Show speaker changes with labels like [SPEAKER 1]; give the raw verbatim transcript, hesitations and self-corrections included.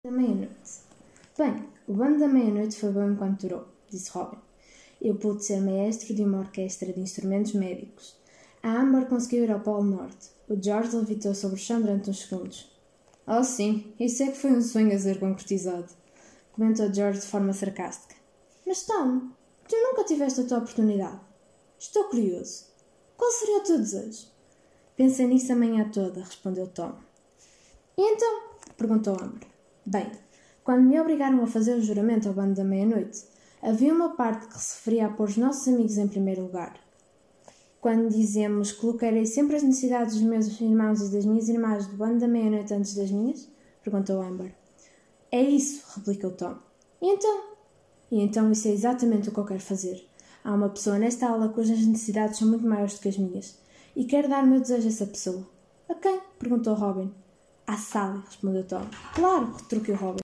[SPEAKER 1] Da meia-noite. Bem, o bando da meia-noite foi bom enquanto durou, disse Robin. Eu pude ser maestro de uma orquestra de instrumentos médicos. A Amber conseguiu ir ao Polo Norte. O George levitou sobre o chão durante uns segundos. Oh sim, isso é que foi um sonho a ser concretizado, comentou George de forma sarcástica. Mas Tom, tu nunca tiveste a tua oportunidade. Estou curioso. Qual seria o teu desejo? Pensei nisso a manhã toda, respondeu Tom. E então? Perguntou Amber. Bem, quando me obrigaram a fazer o juramento ao bando da meia-noite, havia uma parte que se referia a pôr os nossos amigos em primeiro lugar. Quando dizemos que colocarei sempre as necessidades dos meus irmãos e das minhas irmãs do bando da meia-noite antes das minhas? Perguntou Amber. É isso, replicou Tom. E então? E então isso é exatamente o que eu quero fazer. Há uma pessoa nesta aula cujas necessidades são muito maiores do que as minhas, e quero dar o meu desejo a essa pessoa. A quem? Perguntou Robin. À Sally, respondeu Tom. Claro, retrucou Robin.